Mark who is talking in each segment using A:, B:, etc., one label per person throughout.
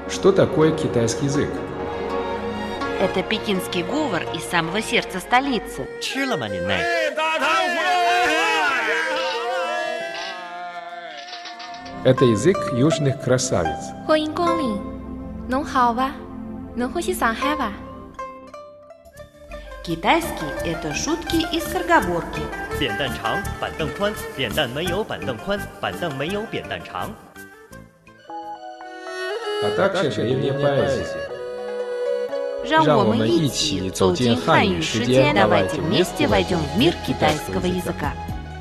A: Что такое китайский язык?
B: Это пекинский говор из самого сердца столицы.
A: Это язык южных красавиц.
C: 欢迎光临，侬好哇，侬欢喜上海哇？
B: Китайский – это шутки и скороговорки.
D: 扁担长，板凳宽，扁担没有板凳宽，板凳没有扁担长。
A: А также древняя поэзия.
B: 让我们一起走进汉语世界，давайте вместе войдем в мир китайского языка.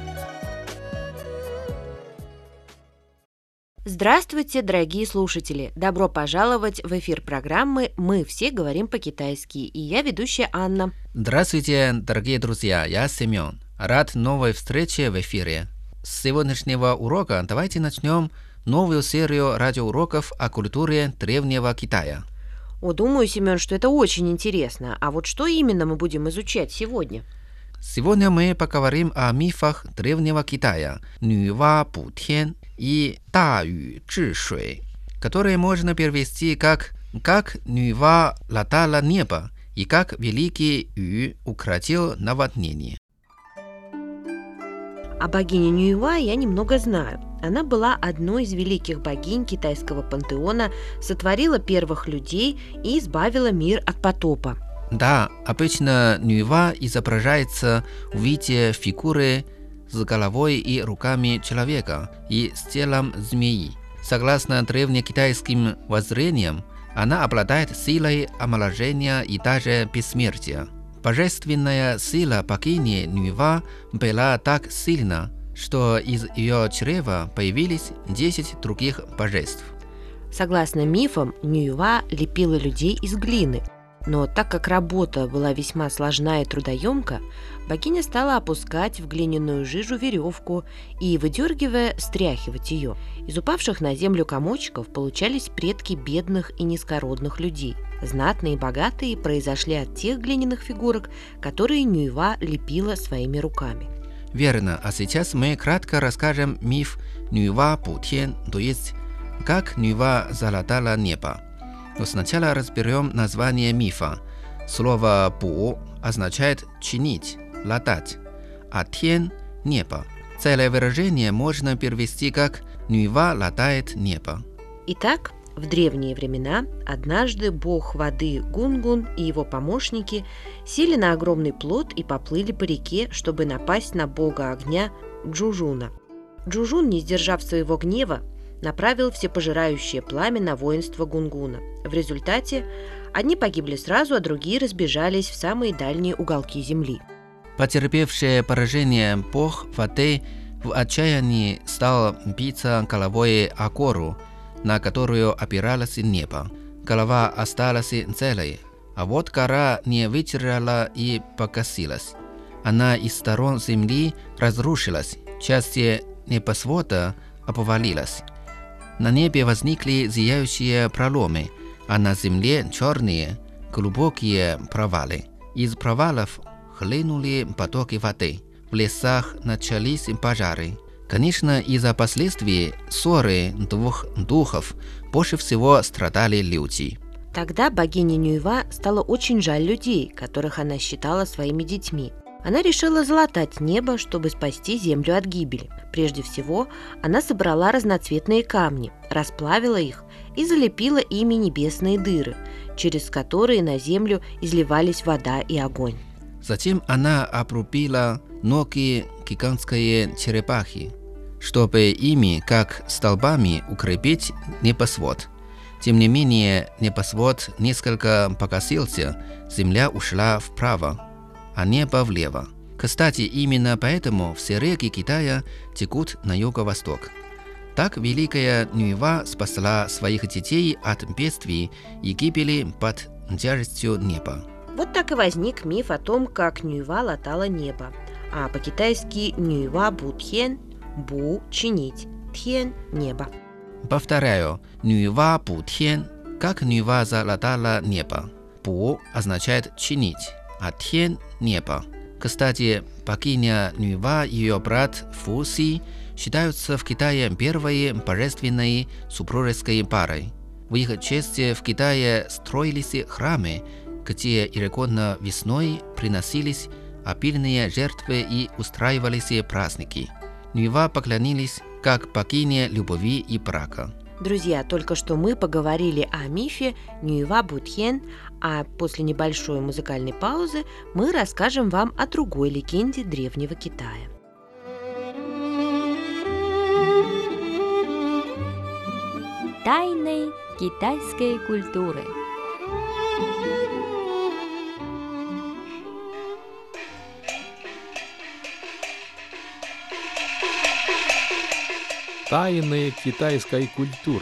B: Здравствуйте, дорогие слушатели! Добро пожаловать в эфир программы «Мы все говорим по-китайски», и я ведущая Анна.
E: Здравствуйте, дорогие друзья, я Семен. Рад новой встрече в эфире. С сегодняшнего урока давайте начнем новую серию радиоуроков о культуре Древнего Китая.
B: Думаю, Семен, что это очень интересно. А вот что именно мы будем изучать сегодня?
E: Сегодня мы поговорим о мифах Древнего Китая Нюйва Путен и Даю Чжишуй, которые можно перевести как Нюйва латала небо и как Великий Ю укротил наводнение.
B: О богине Нюйва я немного знаю. Она была одной из великих богинь китайского пантеона, сотворила первых людей и избавила мир от потопа.
E: Да, обычно Нюйва изображается в виде фигуры с головой и руками человека и с телом змеи. Согласно древнекитайским воззрениям, она обладает силой омоложения и даже бессмертия. Божественная сила богини Нюйва была так сильна, что из ее чрева появились 10 других божеств.
B: Согласно мифам, Нюйва лепила людей из глины. Но так как работа была весьма сложна и трудоемка, богиня стала опускать в глиняную жижу веревку и, выдергивая, стряхивать ее. Из упавших на землю комочков получались предки бедных и низкородных людей. Знатные и богатые произошли от тех глиняных фигурок, которые Нюйва лепила своими руками.
E: Верно, а сейчас мы кратко расскажем миф Нюйва Путен, то есть как Нюйва залатала небо. Но сначала разберем название мифа. Слово «пу» означает «чинить», «латать», а «тен» – «небо». Целое выражение можно перевести как «Нюйва латает небо».
B: Итак, в древние времена однажды бог воды Гунгун и его помощники сели на огромный плот и поплыли по реке, чтобы напасть на бога огня Джужуна. Джужун, не сдержав своего гнева, направил всепожирающее пламя на воинство Гунгуна. В результате одни погибли сразу, а другие разбежались в самые дальние уголки земли.
E: Потерпевший поражение бог воды в отчаянии стал биться головой о гору, на которую опиралось небо. Голова осталась целой, а вот гора не выдержала и покосилась. Она из сторон земли разрушилась, части небосвода обвалилась. На небе возникли зияющие проломы, а на земле черные, глубокие провалы. Из провалов хлынули потоки воды. В лесах начались пожары. Конечно, из-за последствий ссоры двух духов больше всего страдали люди.
B: Тогда богине Нюйва стало очень жаль людей, которых она считала своими детьми. Она решила залатать небо, чтобы спасти землю от гибели. Прежде всего, она собрала разноцветные камни, расплавила их и залепила ими небесные дыры, через которые на землю изливались вода и огонь.
E: Затем она обрубила ноги гигантской черепахи, чтобы ими, как столбами, укрепить небосвод. Тем не менее, небосвод несколько покосился, земля ушла вправо, а небо влево. Кстати, именно поэтому все реки Китая текут на юго-восток. Так великая Нюйва спасла своих детей от бедствий и гибели под тяжестью неба.
B: Вот так и возник миф о том, как Нюйва латала небо. А по-китайски Нюйва Путен – «бу» – «чинить», «тен» – «небо».
E: Повторяю, Нюйва Путен, как Нюйва залатала небо. Пу означает «чинить», а Тен – «небо». Кстати, богиня Нюйва и ее брат Фуси считаются в Китае первой божественной супружеской парой. В их честь в Китае строились храмы, где ежегодно весной приносились обильные жертвы и устраивались праздники. Нюйва поклонились как богине любви и брака.
B: Друзья, только что мы поговорили о мифе Нюйва Бутьен, а после небольшой музыкальной паузы мы расскажем вам о другой легенде древнего Китая.
C: Тайны китайской культуры.
A: Тайны китайской культуры.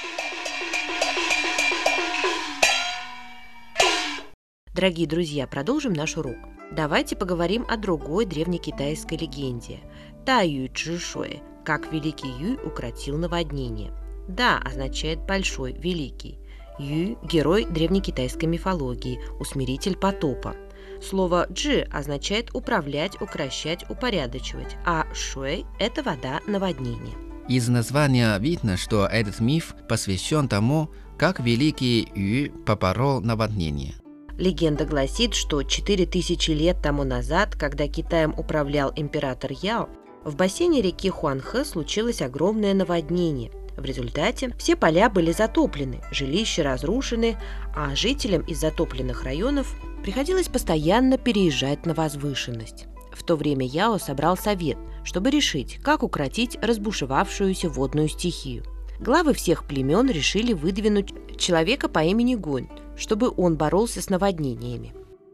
B: Дорогие друзья, продолжим наш урок. Давайте поговорим о другой древнекитайской легенде – Таю Чжишуэ, как великий Юй укротил наводнение. Да означает «большой», «великий». Юй – герой древнекитайской мифологии, усмиритель потопа. Слово «джи» означает «управлять», «укрощать», «упорядочивать», а «шуэй» – это вода наводнения.
E: Из названия видно, что этот миф посвящен тому, как великий Юй поборол наводнение.
B: Легенда гласит, что 4000 лет тому назад, когда Китаем управлял император Яо, в бассейне реки Хуанхэ случилось огромное наводнение. В результате все поля были затоплены, жилища разрушены, а жителям из затопленных районов приходилось постоянно переезжать на возвышенность. В то время Яо собрал совет, чтобы решить, как укротить разбушевавшуюся водную стихию. Главы всех племен решили выдвинуть человека по имени Гунь, чтобы он боролся с наводнениями.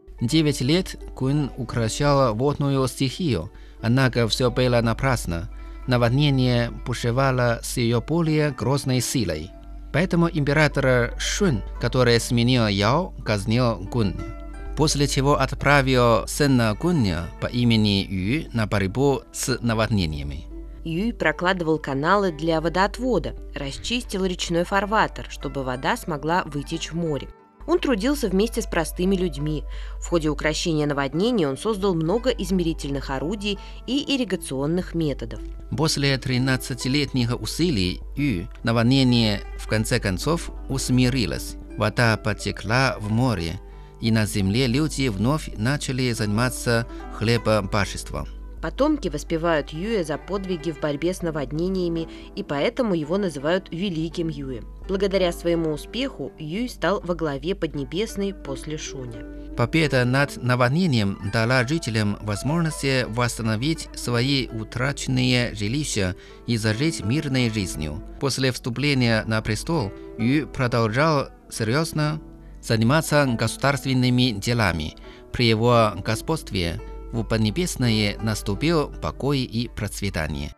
E: 9 лет Гунь укрощала водную стихию, однако все было напрасно. Наводнение бушевало с ее более грозной силой. Поэтому император Шун, который сменил Яо, казнил Гунь. После чего отправил сына Гуня по имени Ю на борьбу с наводнениями.
B: Юй прокладывал каналы для водоотвода, расчистил речной фарватер, чтобы вода смогла вытечь в море. Он трудился вместе с простыми людьми. В ходе укрощения наводнений он создал много измерительных орудий и ирригационных методов.
E: После 13-летних усилий Ю наводнение в конце концов усмирилось. Вода потекла в море, и на земле люди вновь начали заниматься хлебопашеством.
B: Потомки воспевают Юя за подвиги в борьбе с наводнениями, и поэтому его называют Великим Юем. Благодаря своему успеху Юй стал во главе Поднебесной после Шуня.
E: Победа над наводнением дала жителям возможность восстановить свои утраченные жилища и зажить мирной жизнью. После вступления на престол Юй продолжал серьезно заниматься государственными делами. При его господстве в Поднебесной наступил покой и процветание.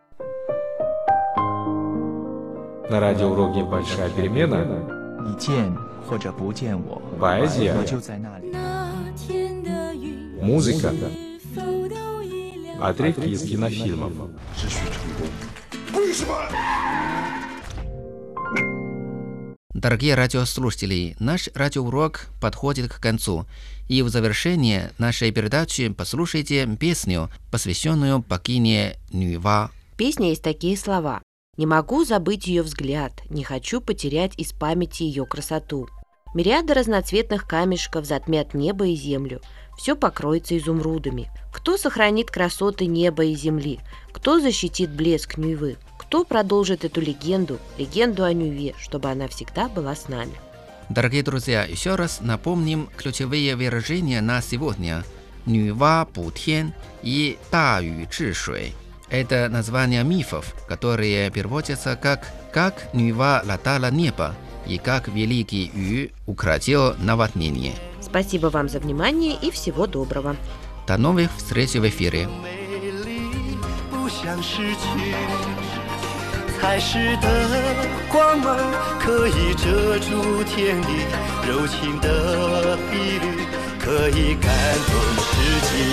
A: На радиоуроке «Большая перемена» поэзия, музыка, отрывки из кинофильмов.
E: Дорогие радиослушатели, наш радиоурок подходит к концу. И в завершение нашей передачи послушайте песню, посвященную богине Нюйва.
B: В песне есть такие слова: «Не могу забыть ее взгляд, не хочу потерять из памяти ее красоту. Мириады разноцветных камешков затмят небо и землю, все покроется изумрудами. Кто сохранит красоты неба и земли? Кто защитит блеск Нюйвы? Кто продолжит эту легенду о Нюйве, чтобы она всегда была с нами?»
E: Дорогие друзья, еще раз напомним ключевые выражения на сегодня: Нюйва Бутьен и Таю Чжишуэ. Это названия мифов, которые переводятся как Нюйва латала небо и как великий Ю укротил наводнение.
B: Спасибо вам за внимание и всего доброго.
E: До новых встреч в эфире.
D: 才使得光芒可以遮住天地，柔情的碧绿可以感动世纪。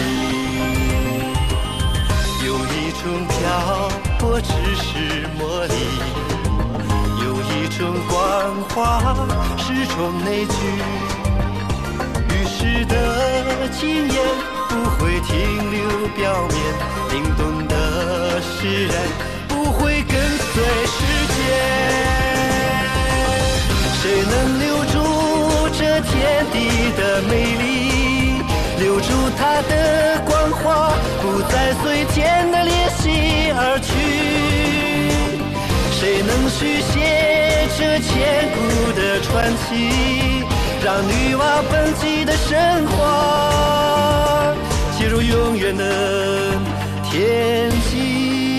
D: 有一种漂泊只是魔力，有一种光华是种内聚。于是的经验不会停留表面，灵动的释然不会跟随时间，谁谁能留住这天地的美丽，留住它的光华，不再随天的裂隙而去？谁能续写这千古的传奇，让女娲本纪的神话写入永远的天际？